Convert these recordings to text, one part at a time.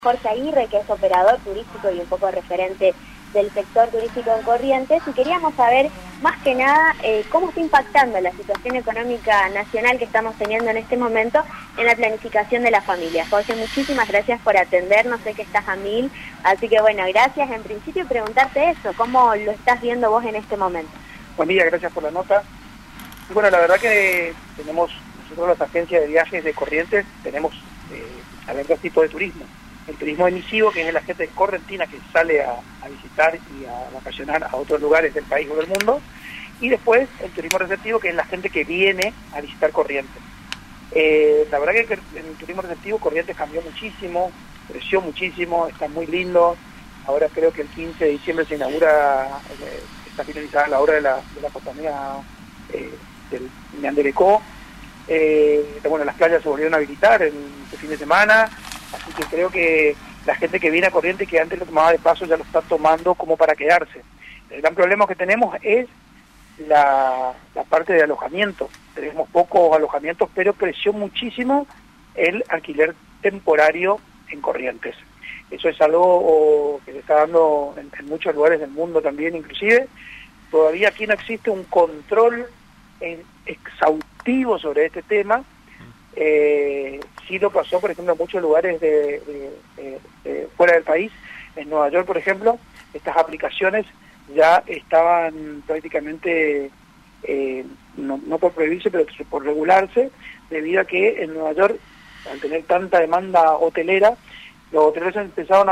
Jorge Aguirre, que es operador turístico y un poco referente del sector turístico en Corrientes, y queríamos saber más que nada cómo está impactando la situación económica nacional que estamos teniendo en este momento en la planificación de la familia. Jorge, muchísimas gracias por atendernos, sé que estás a mil, así que bueno, gracias en principio y preguntarte eso, ¿cómo lo estás viendo vos en este momento? Buen día, gracias por la nota. Y bueno, la verdad que nosotros las agencias de viajes de Corrientes tenemos dos tipos de turismo. El turismo emisivo, que es la gente correntina que sale a visitar y a vacacionar a otros lugares del país o del mundo, y después el turismo receptivo, que es la gente que viene a visitar Corrientes. La verdad que en el turismo receptivo Corrientes cambió muchísimo, creció muchísimo, está muy lindo. Ahora creo que el 15 de diciembre se inaugura, está finalizada la obra de la costanera del Ñanderecó. Bueno, las playas se volvieron a habilitar este fin de semana, así que creo que la gente que viene a Corrientes, que antes lo tomaba de paso, ya lo está tomando como para quedarse. El gran problema que tenemos es la parte de alojamiento. Tenemos pocos alojamientos, pero creció muchísimo el alquiler temporario en Corrientes. Eso es algo que se está dando en muchos lugares del mundo también, inclusive. Todavía aquí no existe un control exhaustivo sobre este tema. Sí lo pasó, por ejemplo, en muchos lugares de fuera del país. En Nueva York, por ejemplo, estas aplicaciones ya estaban prácticamente, no por prohibirse, pero por regularse, debido a que en Nueva York, al tener tanta demanda hotelera, los hoteles se empezaron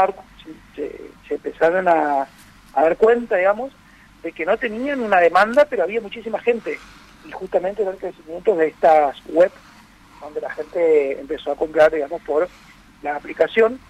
a dar cuenta, digamos, de que no tenían una demanda, pero había muchísima gente. Y justamente era el crecimiento de estas web, donde la gente empezó a comprar, digamos, por la aplicación,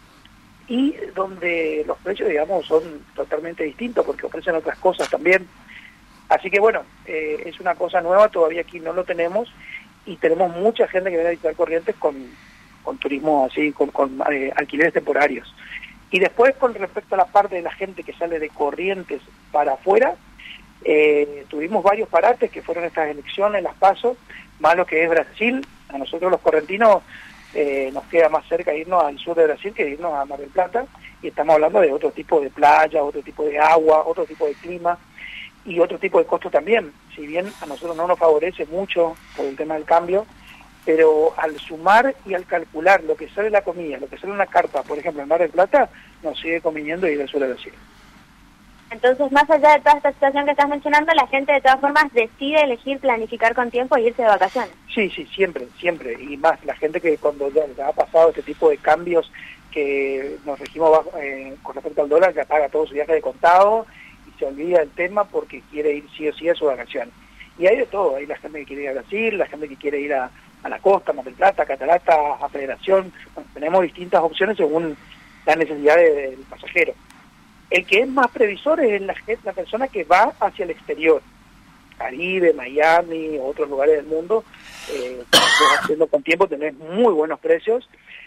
y donde los precios, digamos, son totalmente distintos, porque ofrecen otras cosas también. Así que bueno, es una cosa nueva, todavía aquí no lo tenemos, y tenemos mucha gente que viene a visitar Corrientes con turismo así, con alquileres temporarios. Y después, con respecto a la parte de la gente que sale de Corrientes para afuera, tuvimos varios parates que fueron estas elecciones, las PASO, más lo que es Brasil. A nosotros los correntinos nos queda más cerca irnos al sur de Brasil que irnos a Mar del Plata, y estamos hablando de otro tipo de playa, otro tipo de agua, otro tipo de clima y otro tipo de costo también. Si bien a nosotros no nos favorece mucho por el tema del cambio, pero al sumar y al calcular lo que sale la comida, lo que sale una carpa, por ejemplo, en Mar del Plata, nos sigue conviniendo ir al sur de Brasil. Entonces, más allá de toda esta situación que estás mencionando, la gente de todas formas decide elegir planificar con tiempo e irse de vacaciones. Sí, siempre. Y más la gente que cuando ya ha pasado este tipo de cambios, que nos regimos con respecto al dólar, ya paga todo su viaje de contado y se olvida del tema porque quiere ir sí o sí a su vacación. Y hay de todo, hay la gente que quiere ir a Brasil, la gente que quiere ir a la costa, Mar del Plata, Cataratas, a Federación. Bueno, tenemos distintas opciones según la necesidad del pasajero. El que es más previsor es la persona que va hacia el exterior, Caribe, Miami, otros lugares del mundo, haciendo con tiempo, tenés muy buenos precios,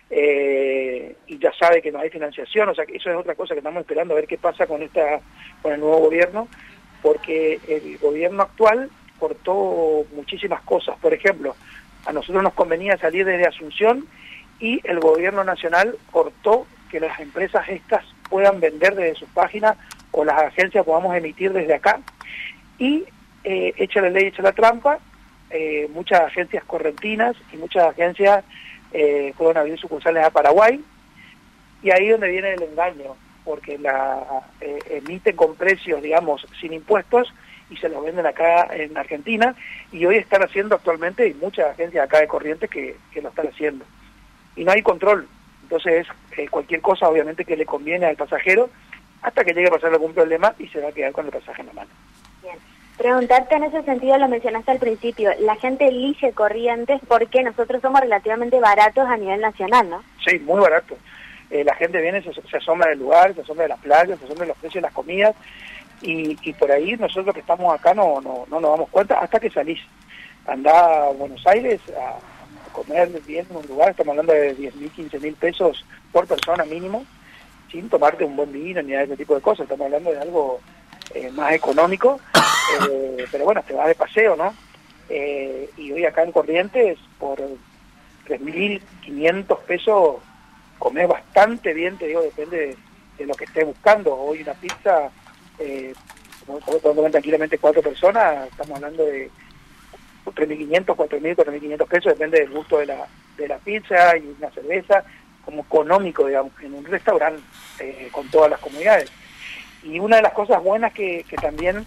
y ya sabe que no hay financiación. O sea, que eso es otra cosa que estamos esperando a ver qué pasa con el nuevo gobierno, porque el gobierno actual cortó muchísimas cosas. Por ejemplo, a nosotros nos convenía salir desde Asunción, y el gobierno nacional cortó que las empresas estas puedan vender desde sus páginas, o las agencias podamos emitir desde acá. Y hecha la ley, hecha la trampa, muchas agencias correntinas y muchas agencias fueron a abrir sucursales a Paraguay, y ahí es donde viene el engaño, porque emiten con precios, digamos, sin impuestos, y se los venden acá en Argentina, y hoy están haciendo actualmente, y muchas agencias acá de Corrientes que lo están haciendo. Y no hay control. Entonces, cualquier cosa obviamente que le conviene al pasajero, hasta que llegue a pasar algún problema y se va a quedar con el pasaje en la mano. Bien. Preguntarte en ese sentido, lo mencionaste al principio, la gente elige Corrientes porque nosotros somos relativamente baratos a nivel nacional, ¿no? Sí, muy barato. La gente viene, se asombra del lugar, se asombra de las playas, se asombra de los precios de las comidas, y por ahí nosotros que estamos acá no nos damos cuenta hasta que salís. Andá a Buenos Aires a comer bien en un lugar, estamos hablando de 10.000, 15.000 pesos por persona mínimo, sin tomarte un buen vino ni nada de ese tipo de cosas. Estamos hablando de algo más económico, pero bueno, te vas de paseo, ¿no? Y hoy acá en Corrientes, por 3.500 pesos comés bastante bien, te digo, depende de lo que estés buscando. Hoy una pizza, como podemos comer tranquilamente 4 personas, estamos hablando de 3.500, 4.000, 4.500 pesos, depende del gusto de la pizza y una cerveza, como económico, digamos, en un restaurante con todas las comunidades. Y una de las cosas buenas que también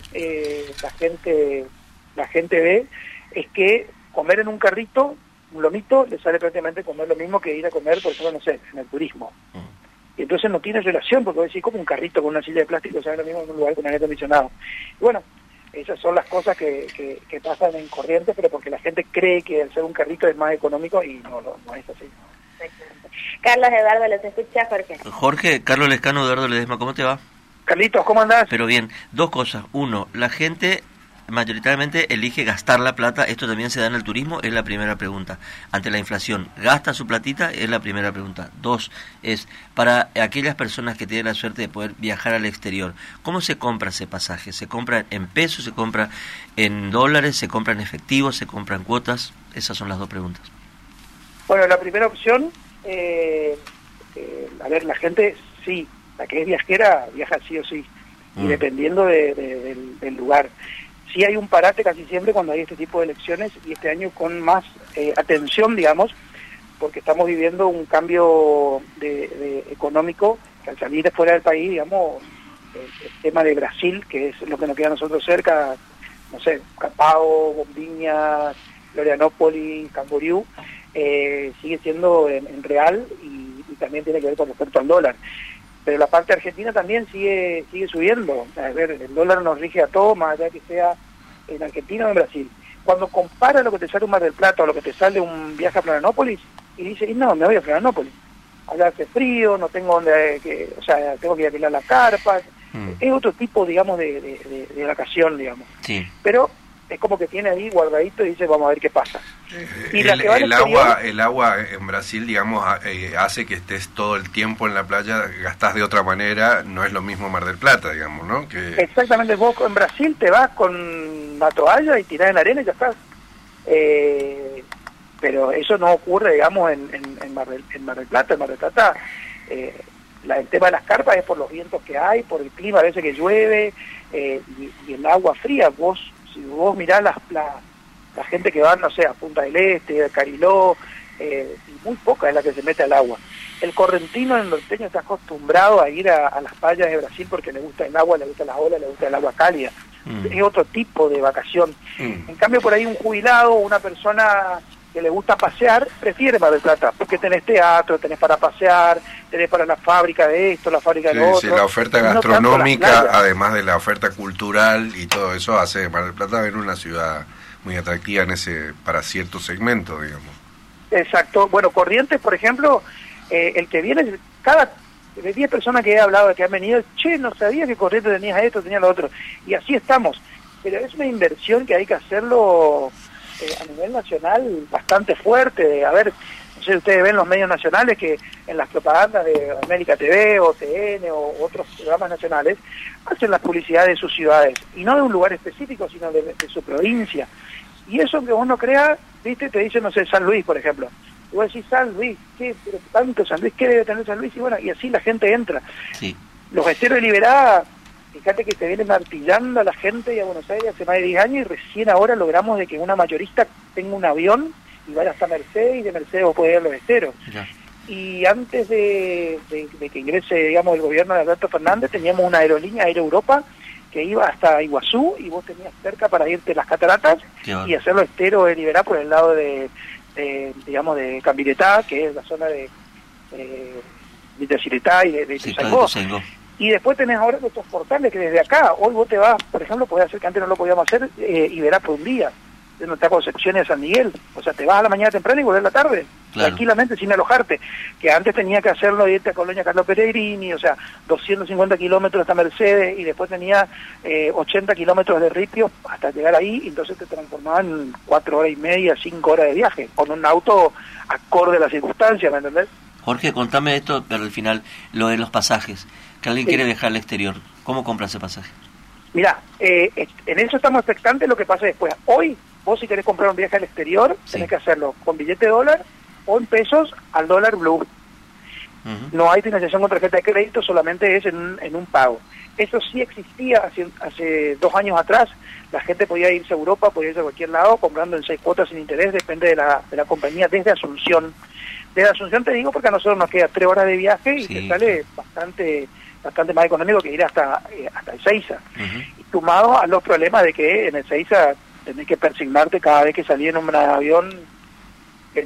la gente ve es que comer en un carrito, un lomito, le sale prácticamente comer lo mismo que ir a comer, por ejemplo, no sé, en el turismo. Y entonces no tiene relación, porque vos decís, como un carrito con una silla de plástico, sabe lo mismo en un lugar con aire acondicionado. Y bueno, esas son las cosas que pasan en Corrientes, pero porque la gente cree que al ser un carrito es más económico y no es así. Carlos Eduardo, los escucha, Jorge. Jorge, Carlos Lescano, Eduardo Ledesma, ¿cómo te va? Carlitos, ¿cómo andás? Pero bien, 2 cosas. 1, la gente mayoritariamente elige gastar la plata. Esto también se da en el turismo, es la primera pregunta. Ante la inflación, ¿gasta su platita? Es la primera pregunta. 2, es para aquellas personas que tienen la suerte de poder viajar al exterior, ¿cómo se compra ese pasaje? ¿Se compra en pesos? ¿Se compra en dólares? ¿Se compra en efectivo? ¿Se compra en cuotas? Esas son las 2 preguntas. Bueno, la primera opción, a ver, la gente, sí, la que es viajera, viaja sí o sí, y dependiendo del lugar. Sí hay un parate casi siempre cuando hay este tipo de elecciones, y este año con más atención, digamos, porque estamos viviendo un cambio de económico, que al salir de fuera del país, digamos, el tema de Brasil, que es lo que nos queda a nosotros cerca, no sé, Capao, Bombiñas, Florianópolis, Camboriú, sigue siendo en real y también tiene que ver con respecto al dólar. Pero la parte argentina también sigue subiendo. A ver, el dólar nos rige a todo, más allá que sea en Argentina o en Brasil. Cuando compara lo que te sale un Mar del Plata o lo que te sale un viaje a Florianópolis, y dice, no, me voy a Florianópolis. Allá hace frío, no tengo donde, tengo que ir a alquilar las carpas. Es otro tipo, digamos, de vacación, digamos. Sí. Pero es como que tiene ahí guardadito y dice, vamos a ver qué pasa. Y el agua en Brasil, digamos, hace que estés todo el tiempo en la playa, gastás de otra manera, no es lo mismo Mar del Plata, digamos, ¿no? Exactamente, vos en Brasil te vas con la toalla y tirás en la arena y ya estás. Pero eso no ocurre, digamos, en Mar del Plata. En Mar del Plata, el tema de las carpas es por los vientos que hay, por el clima, a veces que llueve, y el agua fría. Si vos mirás la gente que va, no sé, a Punta del Este, a Cariló, y muy poca es la que se mete al agua. El correntino, el norteño, está acostumbrado a ir a las playas de Brasil porque le gusta el agua, le gusta las olas, le gusta el agua cálida. Es otro tipo de vacación. En cambio, por ahí un jubilado, una persona que le gusta pasear, prefiere Mar del Plata, porque tenés teatro, tenés para pasear, tenés para la fábrica de esto, la fábrica de lo otro. Sí, la oferta gastronómica, además de la oferta cultural y todo eso, hace de Mar del Plata ver una ciudad muy atractiva para cierto segmento, digamos. Exacto. Bueno, Corrientes, por ejemplo, el que viene, cada 10 personas que he hablado de que han venido, no sabía que Corrientes tenía esto, tenía lo otro, y así estamos. Pero es una inversión que hay que hacerlo a nivel nacional bastante fuerte. A ver, no sé si ustedes ven los medios nacionales que en las propagandas de América TV o TN o otros programas nacionales hacen las publicidades de sus ciudades, y no de un lugar específico, sino de su provincia. Y eso que uno crea, viste, te dice, no sé, San Luis, por ejemplo. Y vos decís, San Luis, ¿qué? Pero tanto San Luis, ¿qué debe tener San Luis? Y bueno, y así la gente entra. Sí. Los esteros de Liberá, fíjate que te vienen martillando a la gente y a Buenos Aires hace más de 10 años, y recién ahora logramos de que una mayorista tenga un avión y vaya hasta Mercedes, y de Mercedes vos podés ir a los esteros. Ya. Y antes de que ingrese, digamos, el gobierno de Alberto Fernández, teníamos una aerolínea, Aero Europa, que iba hasta Iguazú, y vos tenías cerca para irte a las cataratas y hacer los esteros de Liberá por el lado de Cambiretá, que es la zona de Ciretá y de Ituzaingó. Y después tenés ahora los transportables que desde acá, hoy vos te vas, por ejemplo, podés hacer que antes no lo podíamos hacer, y verás por un día, no está Concepción y a San Miguel, o sea, te vas a la mañana temprana y volvés a la tarde, claro, tranquilamente, sin alojarte, que antes tenía que hacerlo, irte a Colonia Carlos Peregrini, o sea, 250 kilómetros hasta Mercedes, y después tenía 80 kilómetros de ripio hasta llegar ahí, y entonces te transformaban en 4 horas y media, 5 horas de viaje, con un auto acorde a las circunstancias, ¿me entendés? Jorge, contame esto, pero al final, lo de los pasajes, que alguien quiere viajar al exterior, ¿cómo compra ese pasaje? Mirá, en eso estamos expectantes lo que pase después. Hoy, vos si querés comprar un viaje al exterior, tenés que hacerlo con billete de dólar o en pesos al dólar blue. No hay financiación con tarjeta de crédito, solamente es en un pago. Eso sí existía hace 2 años atrás. La gente podía irse a Europa, podía irse a cualquier lado, comprando en 6 cuotas sin interés, depende de la compañía, desde Asunción. Desde Asunción te digo porque a nosotros nos queda 3 horas de viaje y te sale bastante más económico que ir hasta Ezeiza. Y sumado a los problemas de que en Ezeiza tenés que persignarte cada vez que salís en un avión, que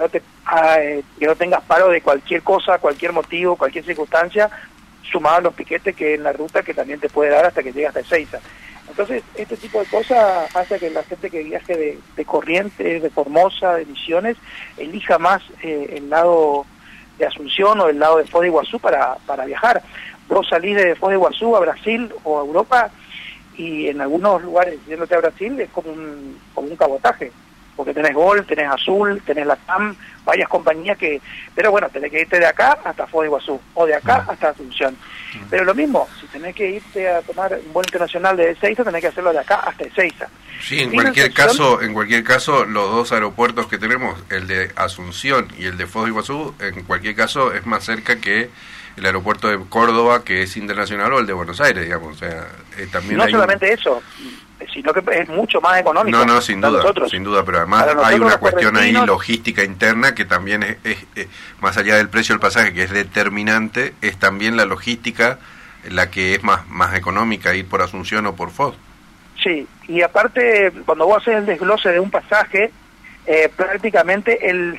no tengas paro de cualquier cosa, cualquier motivo, cualquier circunstancia, sumado a los piquetes que en la ruta que también te puede dar hasta que llegue hasta Ezeiza. Entonces, este tipo de cosas hace que la gente que viaje de Corrientes, de Formosa, de Misiones, elija más el lado de Asunción o el lado de Foz de Iguazú para viajar. Vos salís de Foz de Iguazú a Brasil o a Europa y en algunos lugares, yéndote a Brasil, es como un cabotaje, porque tenés Gol, tenés Azul, tenés Latam, varias compañías pero bueno, tenés que irte de acá hasta Foz de Iguazú, o de acá hasta Asunción. Pero lo mismo, si tenés que irte a tomar un vuelo internacional de Ezeiza, tenés que hacerlo de acá hasta Ezeiza. Sí, en cualquier caso, los 2 aeropuertos que tenemos, el de Asunción y el de Foz de Iguazú, en cualquier caso es más cerca que el aeropuerto de Córdoba, que es internacional, o el de Buenos Aires, digamos. O sea, también no solamente eso, sino que es mucho más económico. No, sin duda, pero además hay una cuestión ahí logística interna que también es más allá del precio del pasaje, que es determinante, es también la logística la que es más económica, ir por Asunción o por Foz. Sí, y aparte, cuando vos haces el desglose de un pasaje, prácticamente el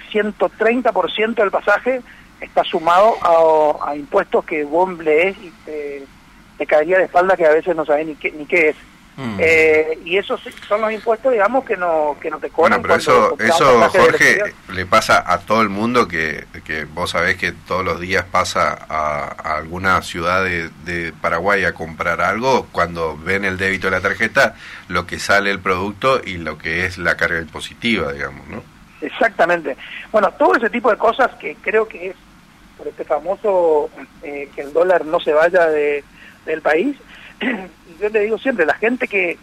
130% del pasaje está sumado a impuestos que vos lees y te caería de espalda, que a veces no sabés ni qué es. Y esos son los impuestos, digamos, que no te cobran. Bueno, pero eso Jorge, le pasa a todo el mundo, que vos sabés que todos los días pasa a alguna ciudad de Paraguay a comprar algo, cuando ven el débito de la tarjeta, lo que sale el producto y lo que es la carga impositiva, digamos, ¿no? Exactamente. Bueno, todo ese tipo de cosas que creo que es por este famoso que el dólar no se vaya del país. Yo le digo siempre, la gente que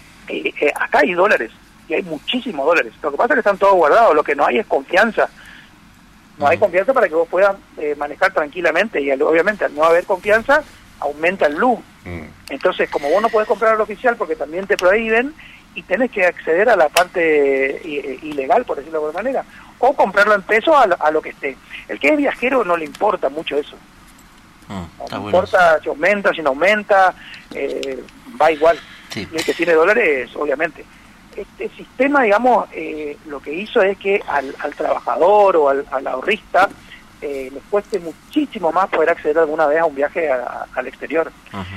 acá hay dólares, y hay muchísimos dólares, lo que pasa es que están todos guardados, lo que no hay es confianza. No hay confianza para que vos puedas manejar tranquilamente, y obviamente al no haber confianza aumenta el luz. Entonces, como vos no podés comprar al oficial porque también te prohíben, y tenés que acceder a la parte ilegal, por decirlo de alguna manera, o comprarlo en pesos a lo que esté. El que es viajero no le importa mucho eso. No importa si aumenta, si no aumenta, va igual. Sí. Y el que tiene dólares, obviamente. Este sistema, digamos, lo que hizo es que al trabajador o al ahorrista les cueste muchísimo más poder acceder alguna vez a un viaje al exterior.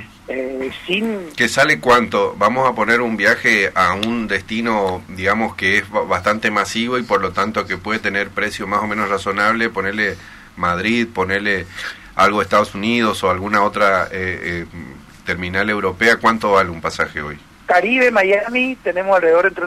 ¿Que sale cuánto? Vamos a poner un viaje a un destino, digamos, que es bastante masivo y por lo tanto que puede tener precio más o menos razonable, ponerle Madrid, ponerle algo de Estados Unidos o alguna otra terminal europea. ¿Cuánto vale un pasaje hoy? Caribe, Miami, tenemos alrededor entre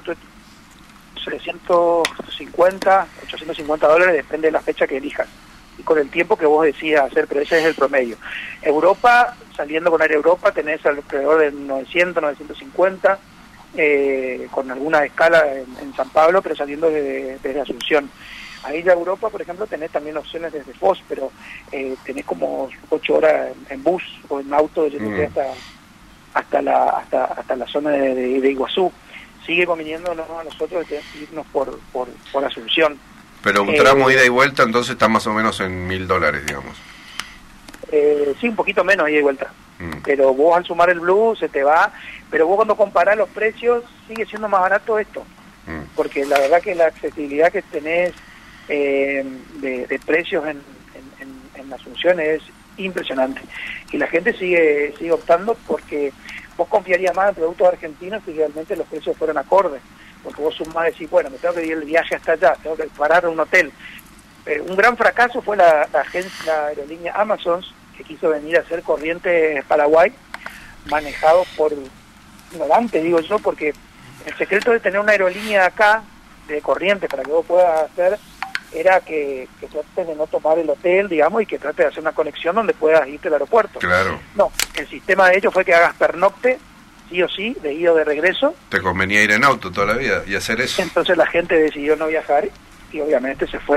750, 850 dólares, depende de la fecha que elijas y con el tiempo que vos decidas hacer, pero ese es el promedio. Europa, saliendo con Air Europa, tenés alrededor de 900, 950, con alguna escala en San Pablo, pero saliendo desde Asunción. Ahí de Europa, por ejemplo, tenés también opciones desde Foz, pero tenés como 8 horas en bus o en auto hasta la zona de Iguazú. Sigue conviniéndonos a nosotros irnos por Asunción. Pero un tramo ida y vuelta, entonces está más o menos en $1.000, digamos. Sí, un poquito menos ida y vuelta. Pero vos al sumar el Blue se te va, pero vos cuando comparás los precios sigue siendo más barato esto. Porque la verdad que la accesibilidad que tenés de precios en Asunción es impresionante. Y la gente sigue optando porque vos confiarías más en productos argentinos si realmente los precios fueran acordes. Porque vos sumás y decís, bueno, me tengo que ir el viaje hasta allá, tengo que parar en un hotel. Un gran fracaso fue la aerolínea Amazon, que quiso venir a hacer Corrientes Paraguay, manejado por ignorantes, digo yo, porque el secreto de tener una aerolínea acá, de Corrientes, para que vos puedas hacer, era que trates de no tomar el hotel, digamos, y que trates de hacer una conexión donde puedas irte al aeropuerto. Claro. No, el sistema de ellos fue que hagas pernocte, sí o sí, de ida o de regreso. Te convenía ir en auto toda la vida y hacer eso. Entonces la gente decidió no viajar y obviamente se fueron.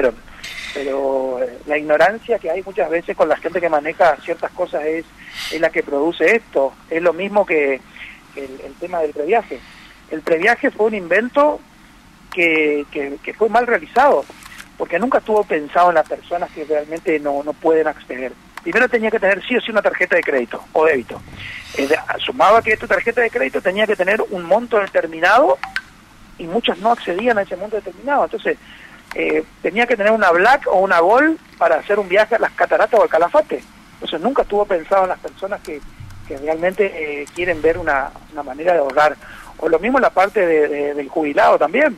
Pero la ignorancia que hay muchas veces con la gente que maneja ciertas cosas es la que produce esto. Es lo mismo que el tema del previaje. El previaje fue un invento que fue mal realizado, porque nunca estuvo pensado en las personas que realmente no pueden acceder. Primero tenía que tener sí o sí una tarjeta de crédito o débito. Sumaba que tu tarjeta de crédito tenía que tener un monto determinado y muchas no accedían a ese monto determinado. Entonces, tenía que tener una Black o una Gold para hacer un viaje a las Cataratas o al Calafate. Entonces nunca estuvo pensado en las personas que realmente quieren ver una manera de ahorrar. O lo mismo en la parte del jubilado también.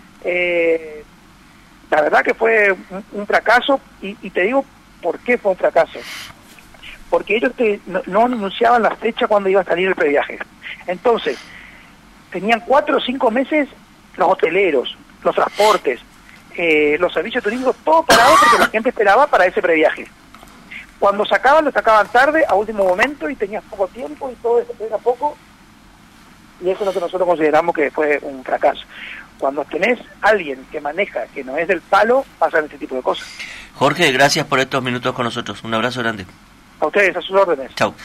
La verdad que fue un fracaso, y te digo por qué fue un fracaso. Porque ellos no anunciaban la fecha cuando iba a salir el previaje. Entonces, tenían 4 o 5 meses los hoteleros, los transportes, los servicios turísticos, todo parado porque la gente esperaba para ese previaje. Cuando lo sacaban tarde, a último momento, y tenías poco tiempo, y todo eso era poco, y eso es lo que nosotros consideramos que fue un fracaso. Cuando tenés alguien que maneja, que no es del palo, pasan este tipo de cosas. Jorge, gracias por estos minutos con nosotros. Un abrazo grande. A ustedes, a sus órdenes. Chau.